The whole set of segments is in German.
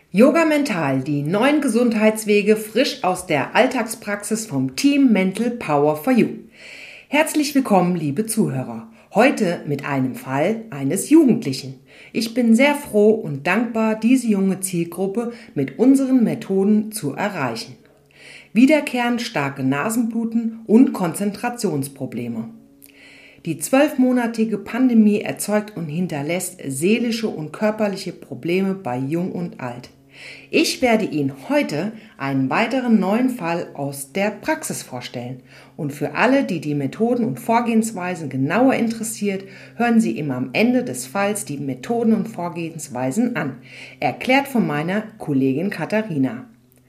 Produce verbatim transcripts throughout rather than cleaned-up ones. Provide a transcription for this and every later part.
Yoga Mental, die neuen Gesundheitswege frisch aus der Alltagspraxis vom Team Mental Power for You. Herzlich willkommen, liebe Zuhörer. Heute mit einem Fall eines Jugendlichen. Ich bin sehr froh und dankbar, diese junge Zielgruppe mit unseren Methoden zu erreichen. Wiederkehrend starke Nasenbluten und Konzentrationsprobleme. Die zwölfmonatige Pandemie erzeugt und hinterlässt seelische und körperliche Probleme bei Jung und Alt. Ich werde Ihnen heute einen weiteren neuen Fall aus der Praxis vorstellen. Und für alle, die die Methoden und Vorgehensweisen genauer interessiert, hören Sie immer am Ende des Falls die Methoden und Vorgehensweisen an, erklärt von meiner Kollegin Katharina.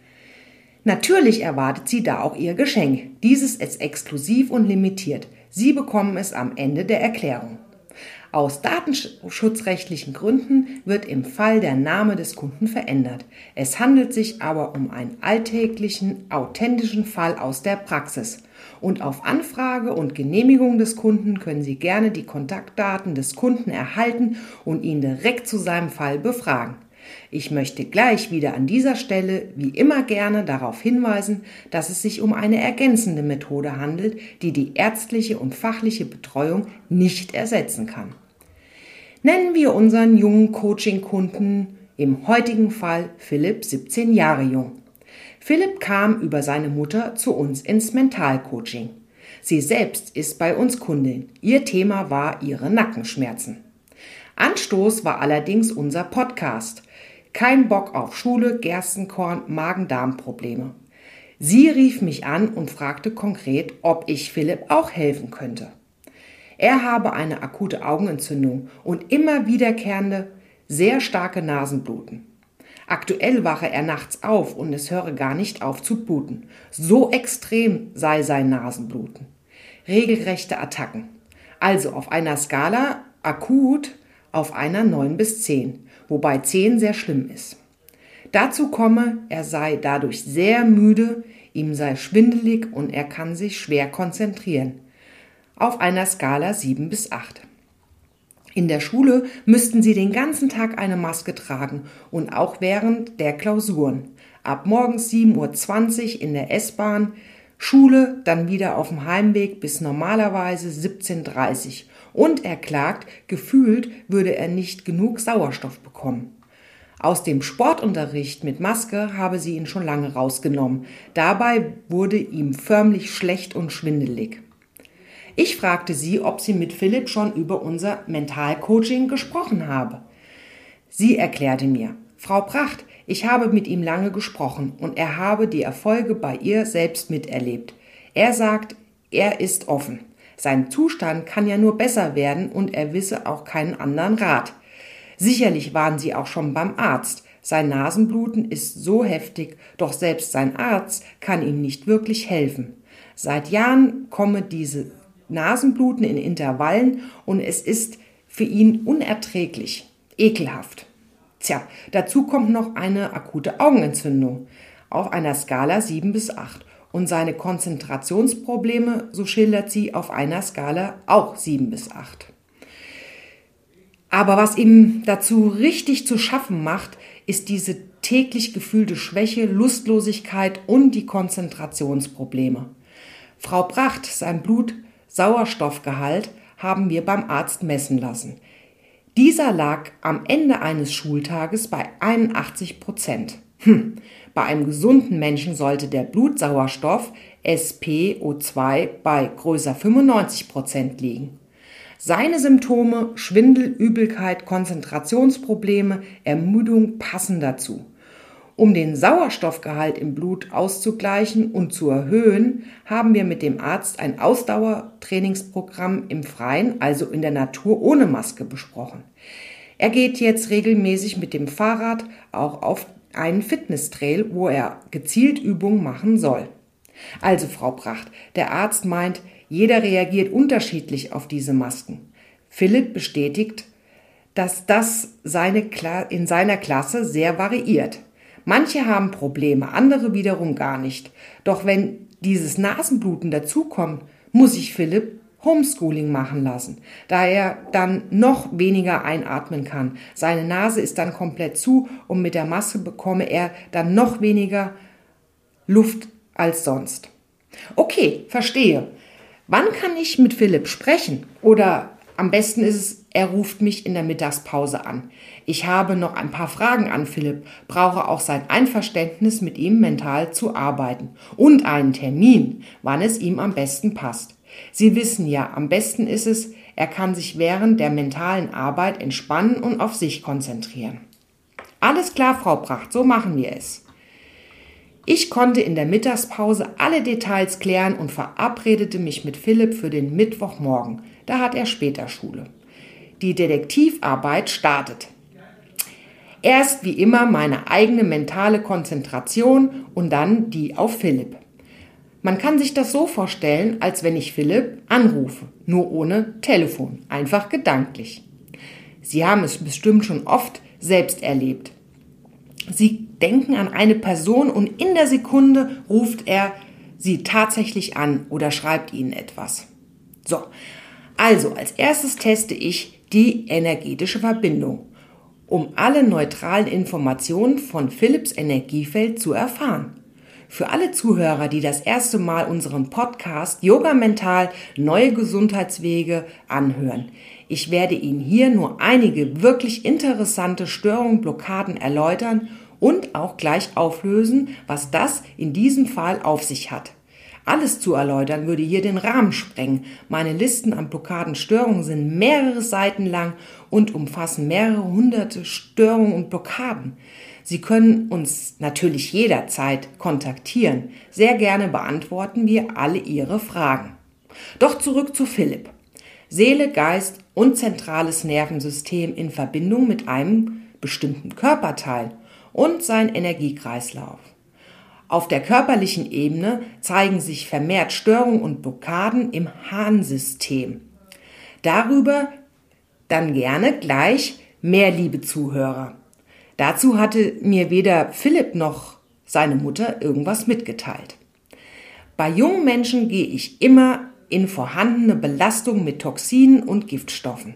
Natürlich erwartet Sie da auch Ihr Geschenk. Dieses ist exklusiv und limitiert. Sie bekommen es am Ende der Erklärung. Aus datenschutzrechtlichen Gründen wird im Fall der Name des Kunden verändert. Es handelt sich aber um einen alltäglichen, authentischen Fall aus der Praxis. Und auf Anfrage und Genehmigung des Kunden können Sie gerne die Kontaktdaten des Kunden erhalten und ihn direkt zu seinem Fall befragen. Ich möchte gleich wieder an dieser Stelle wie immer gerne darauf hinweisen, dass es sich um eine ergänzende Methode handelt, die die ärztliche und fachliche Betreuung nicht ersetzen kann. Nennen wir unseren jungen Coaching-Kunden, im heutigen Fall Philipp, siebzehn Jahre jung. Philipp kam über seine Mutter zu uns ins Mentalcoaching. Sie selbst ist bei uns Kundin. Ihr Thema war ihre Nackenschmerzen. Anstoß war allerdings unser Podcast. Kein Bock auf Schule, Gerstenkorn, Magen-Darm-Probleme. Sie rief mich an und fragte konkret, ob ich Philipp auch helfen könnte. Er habe eine akute Augenentzündung und immer wiederkehrende, sehr starke Nasenbluten. Aktuell wache er nachts auf und es höre gar nicht auf zu bluten. So extrem sei sein Nasenbluten. Regelrechte Attacken. Also auf einer Skala akut auf einer neun bis zehn, wobei zehn sehr schlimm ist. Dazu komme, er sei dadurch sehr müde, ihm sei schwindelig und er kann sich schwer konzentrieren. Auf einer Skala sieben bis acht. In der Schule müssten sie den ganzen Tag eine Maske tragen und auch während der Klausuren. Ab morgens sieben Uhr zwanzig in der S-Bahn, Schule, dann wieder auf dem Heimweg bis normalerweise siebzehn Uhr dreißig. Und er klagt, gefühlt würde er nicht genug Sauerstoff bekommen. Aus dem Sportunterricht mit Maske habe sie ihn schon lange rausgenommen. Dabei wurde ihm förmlich schlecht und schwindelig. Ich fragte sie, ob sie mit Philipp schon über unser Mentalcoaching gesprochen habe. Sie erklärte mir, Frau Pracht, ich habe mit ihm lange gesprochen und er habe die Erfolge bei ihr selbst miterlebt. Er sagt, er ist offen. Sein Zustand kann ja nur besser werden und er wisse auch keinen anderen Rat. Sicherlich waren sie auch schon beim Arzt. Sein Nasenbluten ist so heftig, doch selbst sein Arzt kann ihm nicht wirklich helfen. Seit Jahren komme diese Nasenbluten in Intervallen und es ist für ihn unerträglich, ekelhaft. Tja, dazu kommt noch eine akute Augenentzündung auf einer Skala sieben bis acht und seine Konzentrationsprobleme, so schildert sie, auf einer Skala auch sieben bis acht. Aber was ihm dazu richtig zu schaffen macht, ist diese täglich gefühlte Schwäche, Lustlosigkeit und die Konzentrationsprobleme. Frau Pracht, sein Blutsauerstoffgehalt haben wir beim Arzt messen lassen. Dieser lag am Ende eines Schultages bei einundachtzig Prozent. Hm. Bei einem gesunden Menschen sollte der Blutsauerstoff S p O zwei bei größer fünfundneunzig Prozent liegen. Seine Symptome Schwindel, Übelkeit, Konzentrationsprobleme, Ermüdung passen dazu. Um den Sauerstoffgehalt im Blut auszugleichen und zu erhöhen, haben wir mit dem Arzt ein Ausdauertrainingsprogramm im Freien, also in der Natur ohne Maske, besprochen. Er geht jetzt regelmäßig mit dem Fahrrad auch auf einen Fitnesstrail, wo er gezielt Übungen machen soll. Also Frau Pracht, der Arzt meint, jeder reagiert unterschiedlich auf diese Masken. Philipp bestätigt, dass das seine Kla- in seiner Klasse sehr variiert. Manche haben Probleme, andere wiederum gar nicht. Doch wenn dieses Nasenbluten dazukommt, muss ich Philipp Homeschooling machen lassen, da er dann noch weniger einatmen kann. Seine Nase ist dann komplett zu und mit der Maske bekomme er dann noch weniger Luft als sonst. Okay, verstehe. Wann kann ich mit Philipp sprechen? Oder am besten ist es, er ruft mich in der Mittagspause an. Ich habe noch ein paar Fragen an Philipp, brauche auch sein Einverständnis, mit ihm mental zu arbeiten und einen Termin, wann es ihm am besten passt. Sie wissen ja, am besten ist es, er kann sich während der mentalen Arbeit entspannen und auf sich konzentrieren. Alles klar, Frau Bracht, so machen wir es. Ich konnte in der Mittagspause alle Details klären und verabredete mich mit Philipp für den Mittwochmorgen. Da hat er später Schule. Die Detektivarbeit startet. Erst wie immer meine eigene mentale Konzentration und dann die auf Philipp. Man kann sich das so vorstellen, als wenn ich Philipp anrufe, nur ohne Telefon, einfach gedanklich. Sie haben es bestimmt schon oft selbst erlebt. Sie denken an eine Person und in der Sekunde ruft er sie tatsächlich an oder schreibt ihnen etwas. So, also als erstes teste ich die energetische Verbindung, um alle neutralen Informationen von Philipps Energiefeld zu erfahren. Für alle Zuhörer, die das erste Mal unseren Podcast Yoga Mental neue Gesundheitswege anhören. Ich werde Ihnen hier nur einige wirklich interessante Störungen, Blockaden erläutern und auch gleich auflösen, was das in diesem Fall auf sich hat. Alles zu erläutern würde hier den Rahmen sprengen. Meine Listen an Blockadenstörungen sind mehrere Seiten lang und umfassen mehrere hunderte Störungen und Blockaden. Sie können uns natürlich jederzeit kontaktieren. Sehr gerne beantworten wir alle Ihre Fragen. Doch zurück zu Philipp. Seele, Geist und zentrales Nervensystem in Verbindung mit einem bestimmten Körperteil und sein Energiekreislauf. Auf der körperlichen Ebene zeigen sich vermehrt Störungen und Blockaden im Harnsystem. Darüber dann gerne gleich mehr, liebe Zuhörer. Dazu hatte mir weder Philipp noch seine Mutter irgendwas mitgeteilt. Bei jungen Menschen gehe ich immer in vorhandene Belastung mit Toxinen und Giftstoffen.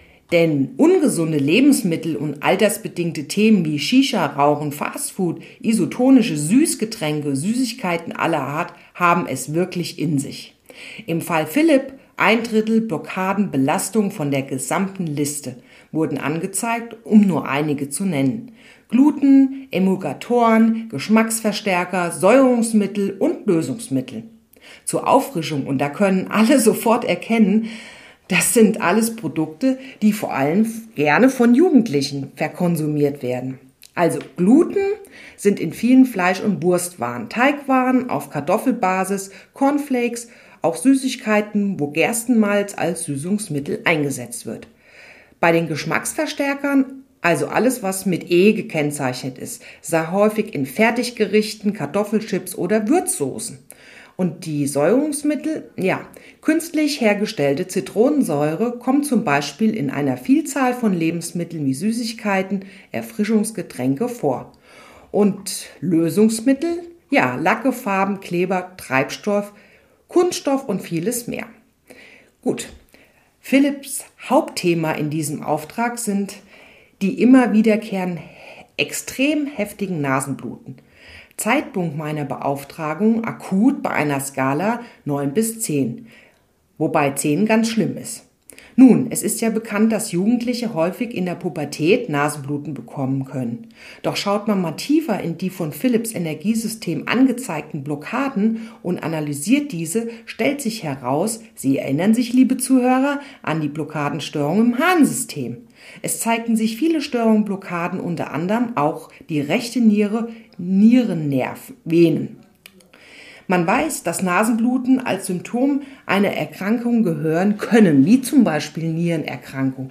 Denn ungesunde Lebensmittel und altersbedingte Themen wie Shisha, Rauchen, Fastfood, isotonische Süßgetränke, Süßigkeiten aller Art haben es wirklich in sich. Im Fall Philipp ein Drittel Blockaden, Belastung von der gesamten Liste wurden angezeigt, um nur einige zu nennen. Gluten, Emulgatoren, Geschmacksverstärker, Säuerungsmittel und Lösungsmittel. Zur Auffrischung, und da können alle sofort erkennen, das sind alles Produkte, die vor allem gerne von Jugendlichen verkonsumiert werden. Also Gluten sind in vielen Fleisch- und Wurstwaren, Teigwaren auf Kartoffelbasis, Cornflakes, auch Süßigkeiten, wo Gerstenmalz als Süßungsmittel eingesetzt wird. Bei den Geschmacksverstärkern, also alles, was mit E gekennzeichnet ist, sehr häufig in Fertiggerichten, Kartoffelchips oder Würzsoßen. Und die Säuerungsmittel, ja, künstlich hergestellte Zitronensäure kommt zum Beispiel in einer Vielzahl von Lebensmitteln wie Süßigkeiten, Erfrischungsgetränke vor. Und Lösungsmittel, ja, Lacke, Farben, Kleber, Treibstoff, Kunststoff und vieles mehr. Gut, Philipps Hauptthema in diesem Auftrag sind die immer wiederkehrenden extrem heftigen Nasenbluten. Zeitpunkt meiner Beauftragung akut bei einer Skala neun bis zehn, wobei zehn ganz schlimm ist. Nun, es ist ja bekannt, dass Jugendliche häufig in der Pubertät Nasenbluten bekommen können. Doch schaut man mal tiefer in die von Philipps Energiesystem angezeigten Blockaden und analysiert diese, stellt sich heraus, Sie erinnern sich, liebe Zuhörer, an die Blockadenstörung im Harnsystem. Es zeigten sich viele Störungen, Blockaden, unter anderem auch die rechte Niere, Nierennervvenen. Man weiß, dass Nasenbluten als Symptom einer Erkrankung gehören können, wie zum Beispiel Nierenerkrankung,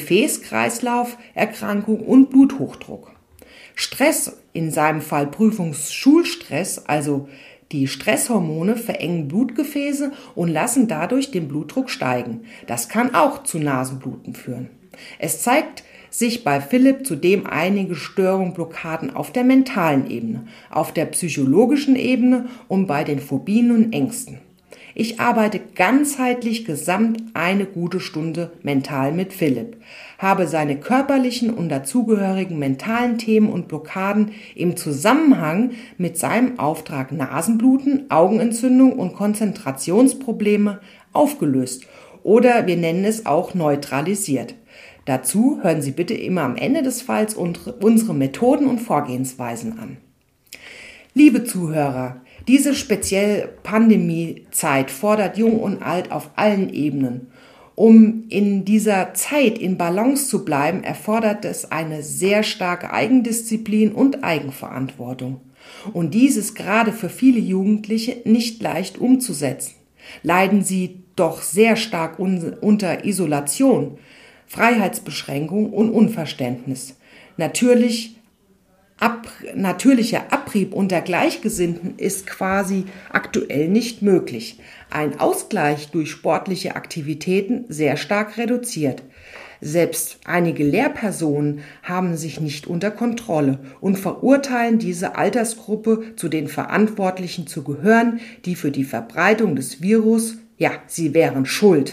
Gefäß-Kreislauf-Erkrankung und Bluthochdruck. Stress, in seinem Fall Prüfungsschulstress, also die Stresshormone verengen Blutgefäße und lassen dadurch den Blutdruck steigen. Das kann auch zu Nasenbluten führen. Es zeigt sich bei Philipp zudem einige Störungen, Blockaden auf der mentalen Ebene, auf der psychologischen Ebene und bei den Phobien und Ängsten. Ich arbeite ganzheitlich gesamt eine gute Stunde mental mit Philipp, habe seine körperlichen und dazugehörigen mentalen Themen und Blockaden im Zusammenhang mit seinem Auftrag Nasenbluten, Augenentzündung und Konzentrationsprobleme aufgelöst oder wir nennen es auch neutralisiert. Dazu hören Sie bitte immer am Ende des Falls unsere Methoden und Vorgehensweisen an. Liebe Zuhörer, diese spezielle Pandemiezeit fordert Jung und Alt auf allen Ebenen. Um in dieser Zeit in Balance zu bleiben, erfordert es eine sehr starke Eigendisziplin und Eigenverantwortung. Und dies ist gerade für viele Jugendliche nicht leicht umzusetzen. Leiden sie doch sehr stark un- unter Isolation, Freiheitsbeschränkung und Unverständnis. Natürlich Ab, natürlicher Abrieb unter Gleichgesinnten ist quasi aktuell nicht möglich. Ein Ausgleich durch sportliche Aktivitäten sehr stark reduziert. Selbst einige Lehrpersonen haben sich nicht unter Kontrolle und verurteilen diese Altersgruppe zu den Verantwortlichen zu gehören, die für die Verbreitung des Virus, ja, sie wären schuld.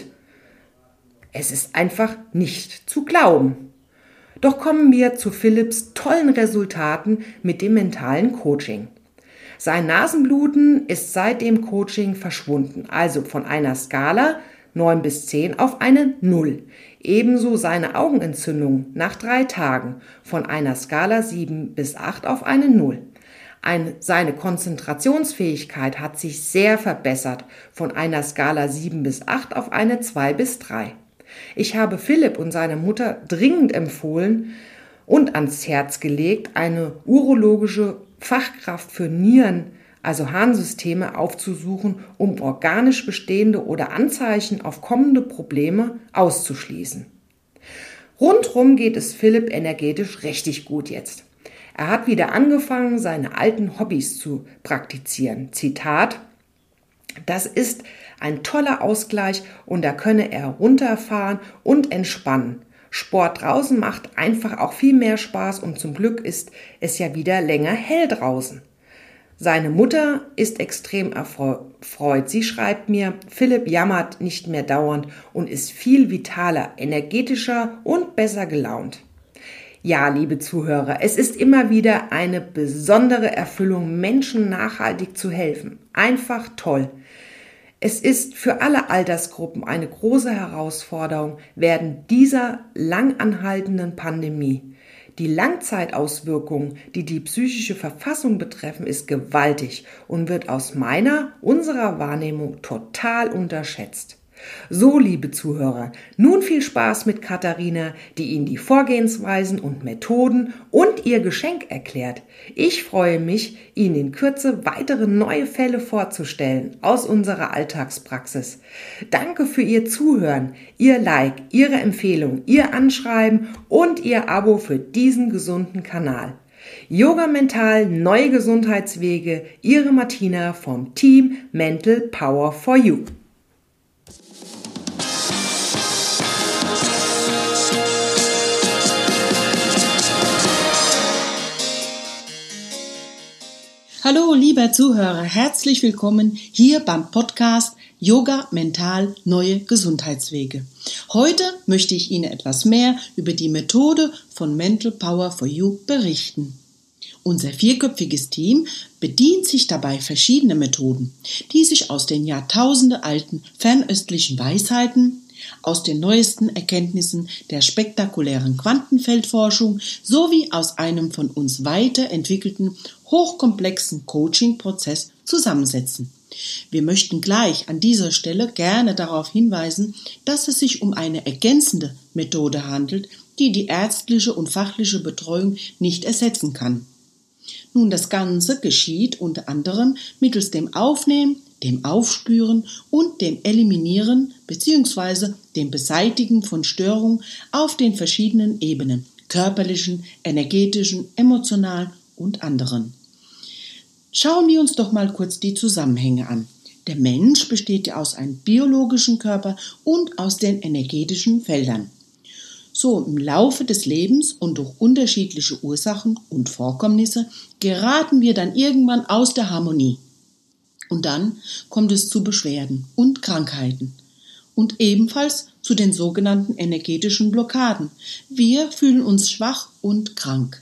Es ist einfach nicht zu glauben. Doch kommen wir zu Philipps tollen Resultaten mit dem mentalen Coaching. Sein Nasenbluten ist seit dem Coaching verschwunden, also von einer Skala neun bis zehn auf eine null. Ebenso seine Augenentzündung nach drei Tagen von einer Skala sieben bis acht auf eine null. Ein, seine Konzentrationsfähigkeit hat sich sehr verbessert, von einer Skala sieben bis acht auf eine zwei bis drei. Ich habe Philipp und seiner Mutter dringend empfohlen und ans Herz gelegt, eine urologische Fachkraft für Nieren, also Harnsysteme, aufzusuchen, um organisch bestehende oder Anzeichen auf kommende Probleme auszuschließen. Rundrum geht es Philipp energetisch richtig gut jetzt. Er hat wieder angefangen, seine alten Hobbys zu praktizieren. Zitat: Das ist ein toller Ausgleich und da könne er runterfahren und entspannen. Sport draußen macht einfach auch viel mehr Spaß und zum Glück ist es ja wieder länger hell draußen. Seine Mutter ist extrem erfreut. Sie schreibt mir, Philipp jammert nicht mehr dauernd und ist viel vitaler, energetischer und besser gelaunt. Ja, liebe Zuhörer, es ist immer wieder eine besondere Erfüllung, Menschen nachhaltig zu helfen. Einfach toll. Es ist für alle Altersgruppen eine große Herausforderung während dieser langanhaltenden Pandemie. Die Langzeitauswirkungen, die die psychische Verfassung betreffen, ist gewaltig und wird aus meiner, unserer Wahrnehmung total unterschätzt. So, liebe Zuhörer, nun viel Spaß mit Katharina, die Ihnen die Vorgehensweisen und Methoden und ihr Geschenk erklärt. Ich freue mich, Ihnen in Kürze weitere neue Fälle vorzustellen aus unserer Alltagspraxis. Danke für Ihr Zuhören, Ihr Like, Ihre Empfehlung, Ihr Anschreiben und Ihr Abo für diesen gesunden Kanal. Yoga Mental, neue Gesundheitswege, Ihre Martina vom Team Mental Power for You. Hallo, lieber Zuhörer, herzlich willkommen hier beim Podcast Yoga Mental, neue Gesundheitswege. Heute möchte ich Ihnen etwas mehr über die Methode von Mental Power for You berichten. Unser vierköpfiges Team bedient sich dabei verschiedener Methoden, die sich aus den jahrtausendealten fernöstlichen Weisheiten, aus den neuesten Erkenntnissen der spektakulären Quantenfeldforschung sowie aus einem von uns weiterentwickelten, hochkomplexen Coaching-Prozess zusammensetzen. Wir möchten gleich an dieser Stelle gerne darauf hinweisen, dass es sich um eine ergänzende Methode handelt, die die ärztliche und fachliche Betreuung nicht ersetzen kann. Nun, das Ganze geschieht unter anderem mittels dem Aufnehmen, dem Aufspüren und dem Eliminieren bzw. dem Beseitigen von Störungen auf den verschiedenen Ebenen, körperlichen, energetischen, emotionalen und anderen. Schauen wir uns doch mal kurz die Zusammenhänge an. Der Mensch besteht ja aus einem biologischen Körper und aus den energetischen Feldern. So, im Laufe des Lebens und durch unterschiedliche Ursachen und Vorkommnisse geraten wir dann irgendwann aus der Harmonie. Und dann kommt es zu Beschwerden und Krankheiten und ebenfalls zu den sogenannten energetischen Blockaden. Wir fühlen uns schwach und krank.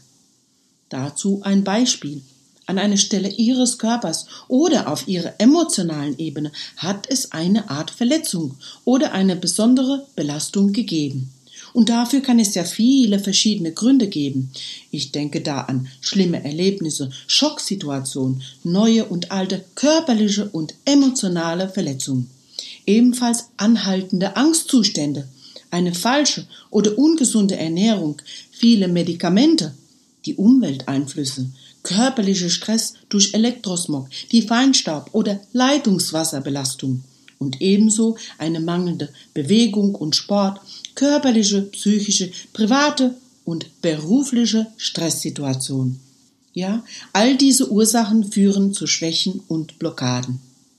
Dazu ein Beispiel. An einer Stelle Ihres Körpers oder auf Ihrer emotionalen Ebene hat es eine Art Verletzung oder eine besondere Belastung gegeben. Und dafür kann es ja viele verschiedene Gründe geben. Ich denke da an schlimme Erlebnisse, Schocksituationen, neue und alte körperliche und emotionale Verletzungen. Ebenfalls anhaltende Angstzustände, eine falsche oder ungesunde Ernährung, viele Medikamente, die Umwelteinflüsse, körperlicher Stress durch Elektrosmog, die Feinstaub- oder Leitungswasserbelastung und ebenso eine mangelnde Bewegung und Sport, körperliche, psychische, private und berufliche Stresssituation. Ja, all diese Ursachen führen zu Schwächen und Blockaden.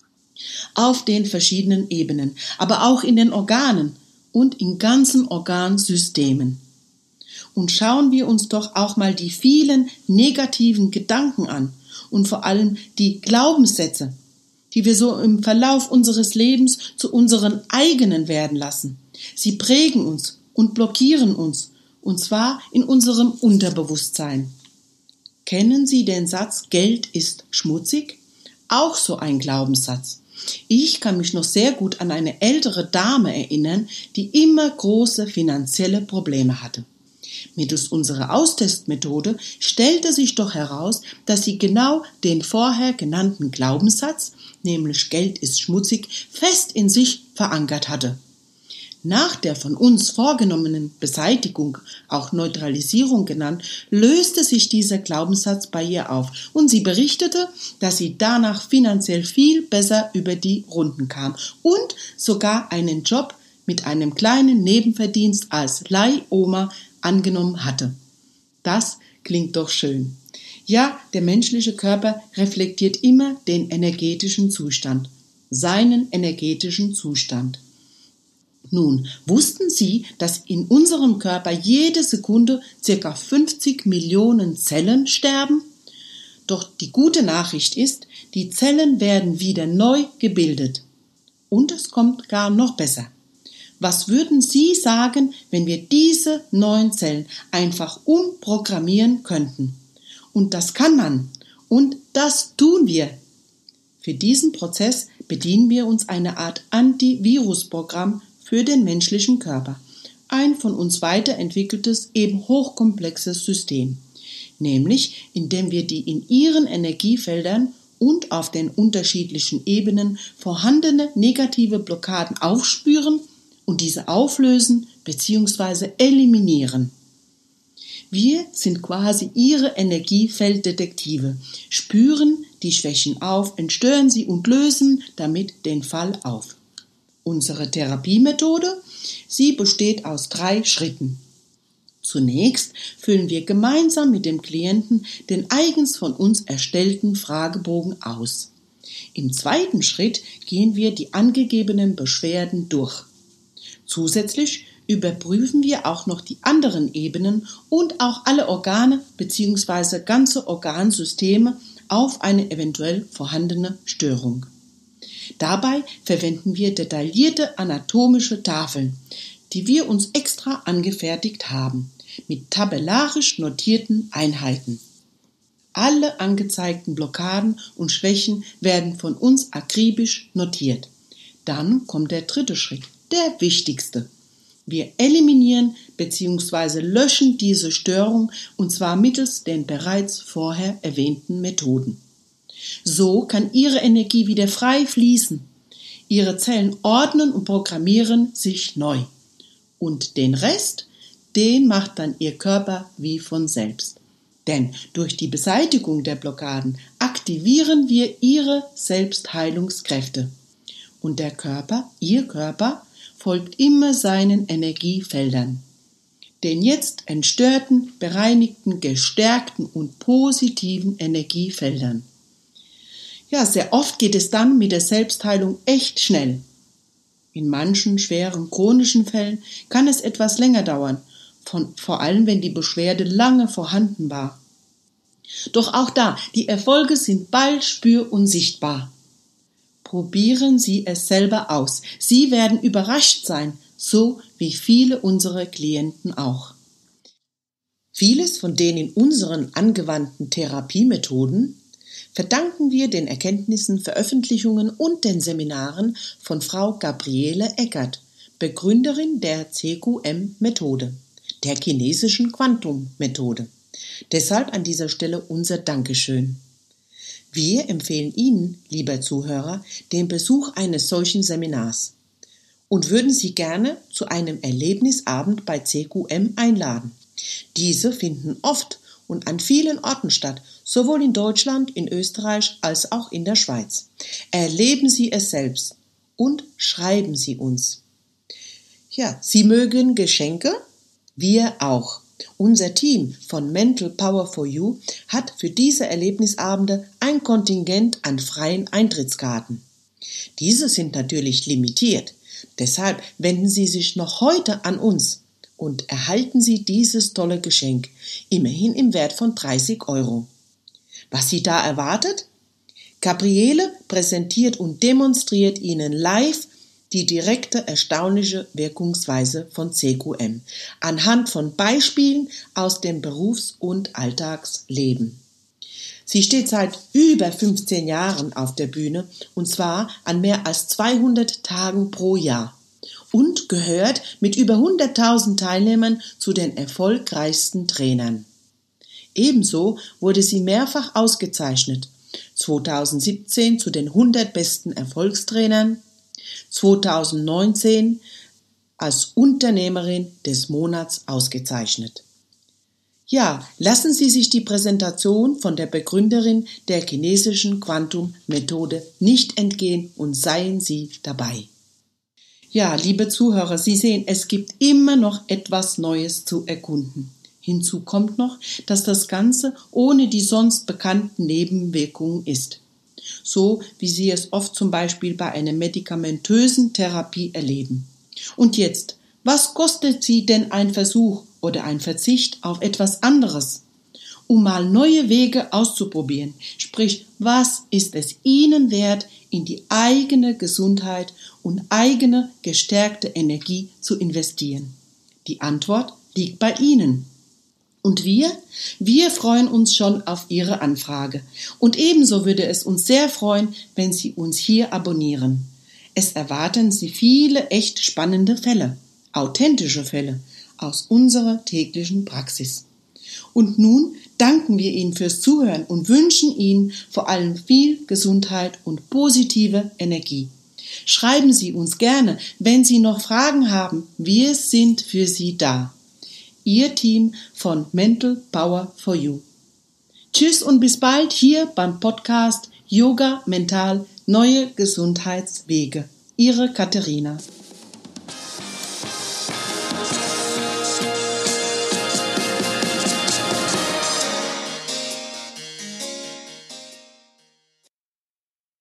Auf den verschiedenen Ebenen, aber auch in den Organen und in ganzen Organsystemen. Und schauen wir uns doch auch mal die vielen negativen Gedanken an und vor allem die Glaubenssätze, die wir so im Verlauf unseres Lebens zu unseren eigenen werden lassen. Sie prägen uns und blockieren uns, und zwar in unserem Unterbewusstsein. Kennen Sie den Satz, Geld ist schmutzig? Auch so ein Glaubenssatz. Ich kann mich noch sehr gut an eine ältere Dame erinnern, die immer große finanzielle Probleme hatte. Mittels unserer Austestmethode stellte sich doch heraus, dass sie genau den vorher genannten Glaubenssatz, nämlich Geld ist schmutzig, fest in sich verankert hatte. Nach der von uns vorgenommenen Beseitigung, auch Neutralisierung genannt, löste sich dieser Glaubenssatz bei ihr auf und sie berichtete, dass sie danach finanziell viel besser über die Runden kam und sogar einen Job mit einem kleinen Nebenverdienst als Leihoma angenommen hatte. Das klingt doch schön. Ja, der menschliche Körper reflektiert immer den energetischen Zustand, seinen energetischen Zustand. Nun, wussten Sie, dass in unserem Körper jede Sekunde ca. fünfzig Millionen Zellen sterben? Doch die gute Nachricht ist, die Zellen werden wieder neu gebildet. Und es kommt gar noch besser. Was würden Sie sagen, wenn wir diese neuen Zellen einfach umprogrammieren könnten? Und das kann man. Und das tun wir. Für diesen Prozess bedienen wir uns einer Art Antivirusprogramm für den menschlichen Körper. Ein von uns weiterentwickeltes, eben hochkomplexes System. Nämlich, indem wir die in ihren Energiefeldern und auf den unterschiedlichen Ebenen vorhandene negative Blockaden aufspüren und diese auflösen bzw. eliminieren. Wir sind quasi ihre Energiefelddetektive, spüren die Schwächen auf, entstören sie und lösen damit den Fall auf. Unsere Therapiemethode, sie besteht aus drei Schritten. Zunächst füllen wir gemeinsam mit dem Klienten den eigens von uns erstellten Fragebogen aus. Im zweiten Schritt gehen wir die angegebenen Beschwerden durch. Zusätzlich überprüfen wir auch noch die anderen Ebenen und auch alle Organe bzw. ganze Organsysteme auf eine eventuell vorhandene Störung. Dabei verwenden wir detaillierte anatomische Tafeln, die wir uns extra angefertigt haben, mit tabellarisch notierten Einheiten. Alle angezeigten Blockaden und Schwächen werden von uns akribisch notiert. Dann kommt der dritte Schritt, der wichtigste. Wir eliminieren bzw. löschen diese Störung und zwar mittels den bereits vorher erwähnten Methoden. So kann Ihre Energie wieder frei fließen. Ihre Zellen ordnen und programmieren sich neu. Und den Rest, den macht dann Ihr Körper wie von selbst. Denn durch die Beseitigung der Blockaden aktivieren wir Ihre Selbstheilungskräfte. Und der Körper, Ihr Körper, folgt immer seinen Energiefeldern. Den jetzt entstörten, bereinigten, gestärkten und positiven Energiefeldern. Ja, sehr oft geht es dann mit der Selbstheilung echt schnell. In manchen schweren chronischen Fällen kann es etwas länger dauern, von, vor allem wenn die Beschwerde lange vorhanden war. Doch auch da, die Erfolge sind bald spür- und sichtbar. Probieren Sie es selber aus. Sie werden überrascht sein, so wie viele unserer Klienten auch. Vieles von den in unseren angewandten Therapiemethoden verdanken wir den Erkenntnissen, Veröffentlichungen und den Seminaren von Frau Gabriele Eckert, Begründerin der C Q M-Methode, der chinesischen Quantum-Methode. Deshalb an dieser Stelle unser Dankeschön. Wir empfehlen Ihnen, lieber Zuhörer, den Besuch eines solchen Seminars und würden Sie gerne zu einem Erlebnisabend bei C Q M einladen. Diese finden oft und an vielen Orten statt, sowohl in Deutschland, in Österreich als auch in der Schweiz. Erleben Sie es selbst und schreiben Sie uns. Ja, Sie mögen Geschenke? Wir auch. Unser Team von Mental Power for You hat für diese Erlebnisabende ein Kontingent an freien Eintrittskarten. Diese sind natürlich limitiert. Deshalb wenden Sie sich noch heute an uns und erhalten Sie dieses tolle Geschenk, immerhin im Wert von dreißig Euro. Was Sie da erwartet? Gabriele präsentiert und demonstriert Ihnen live die direkte, erstaunliche Wirkungsweise von C Q M anhand von Beispielen aus dem Berufs- und Alltagsleben. Sie steht seit über fünfzehn Jahren auf der Bühne und zwar an mehr als zweihundert Tagen pro Jahr und gehört mit über hunderttausend Teilnehmern zu den erfolgreichsten Trainern. Ebenso wurde sie mehrfach ausgezeichnet, zweitausendsiebzehn zu den hundert besten Erfolgstrainern, zweitausendneunzehn als Unternehmerin des Monats ausgezeichnet. Ja, lassen Sie sich die Präsentation von der Begründerin der chinesischen Quantum-Methode nicht entgehen und seien Sie dabei. Ja, liebe Zuhörer, Sie sehen, es gibt immer noch etwas Neues zu erkunden. Hinzu kommt noch, dass das Ganze ohne die sonst bekannten Nebenwirkungen ist. So wie Sie es oft zum Beispiel bei einer medikamentösen Therapie erleben. Und jetzt, was kostet Sie denn ein Versuch oder ein Verzicht auf etwas anderes, um mal neue Wege auszuprobieren? Sprich, was ist es Ihnen wert, in die eigene Gesundheit und eigene gestärkte Energie zu investieren? Die Antwort liegt bei Ihnen. Und wir? Wir freuen uns schon auf Ihre Anfrage. Und ebenso würde es uns sehr freuen, wenn Sie uns hier abonnieren. Es erwarten Sie viele echt spannende Fälle, authentische Fälle aus unserer täglichen Praxis. Und nun danken wir Ihnen fürs Zuhören und wünschen Ihnen vor allem viel Gesundheit und positive Energie. Schreiben Sie uns gerne, wenn Sie noch Fragen haben. Wir sind für Sie da. Ihr Team von Mental Power for You. Tschüss und bis bald hier beim Podcast Yoga Mental Neue Gesundheitswege. Ihre Katharina.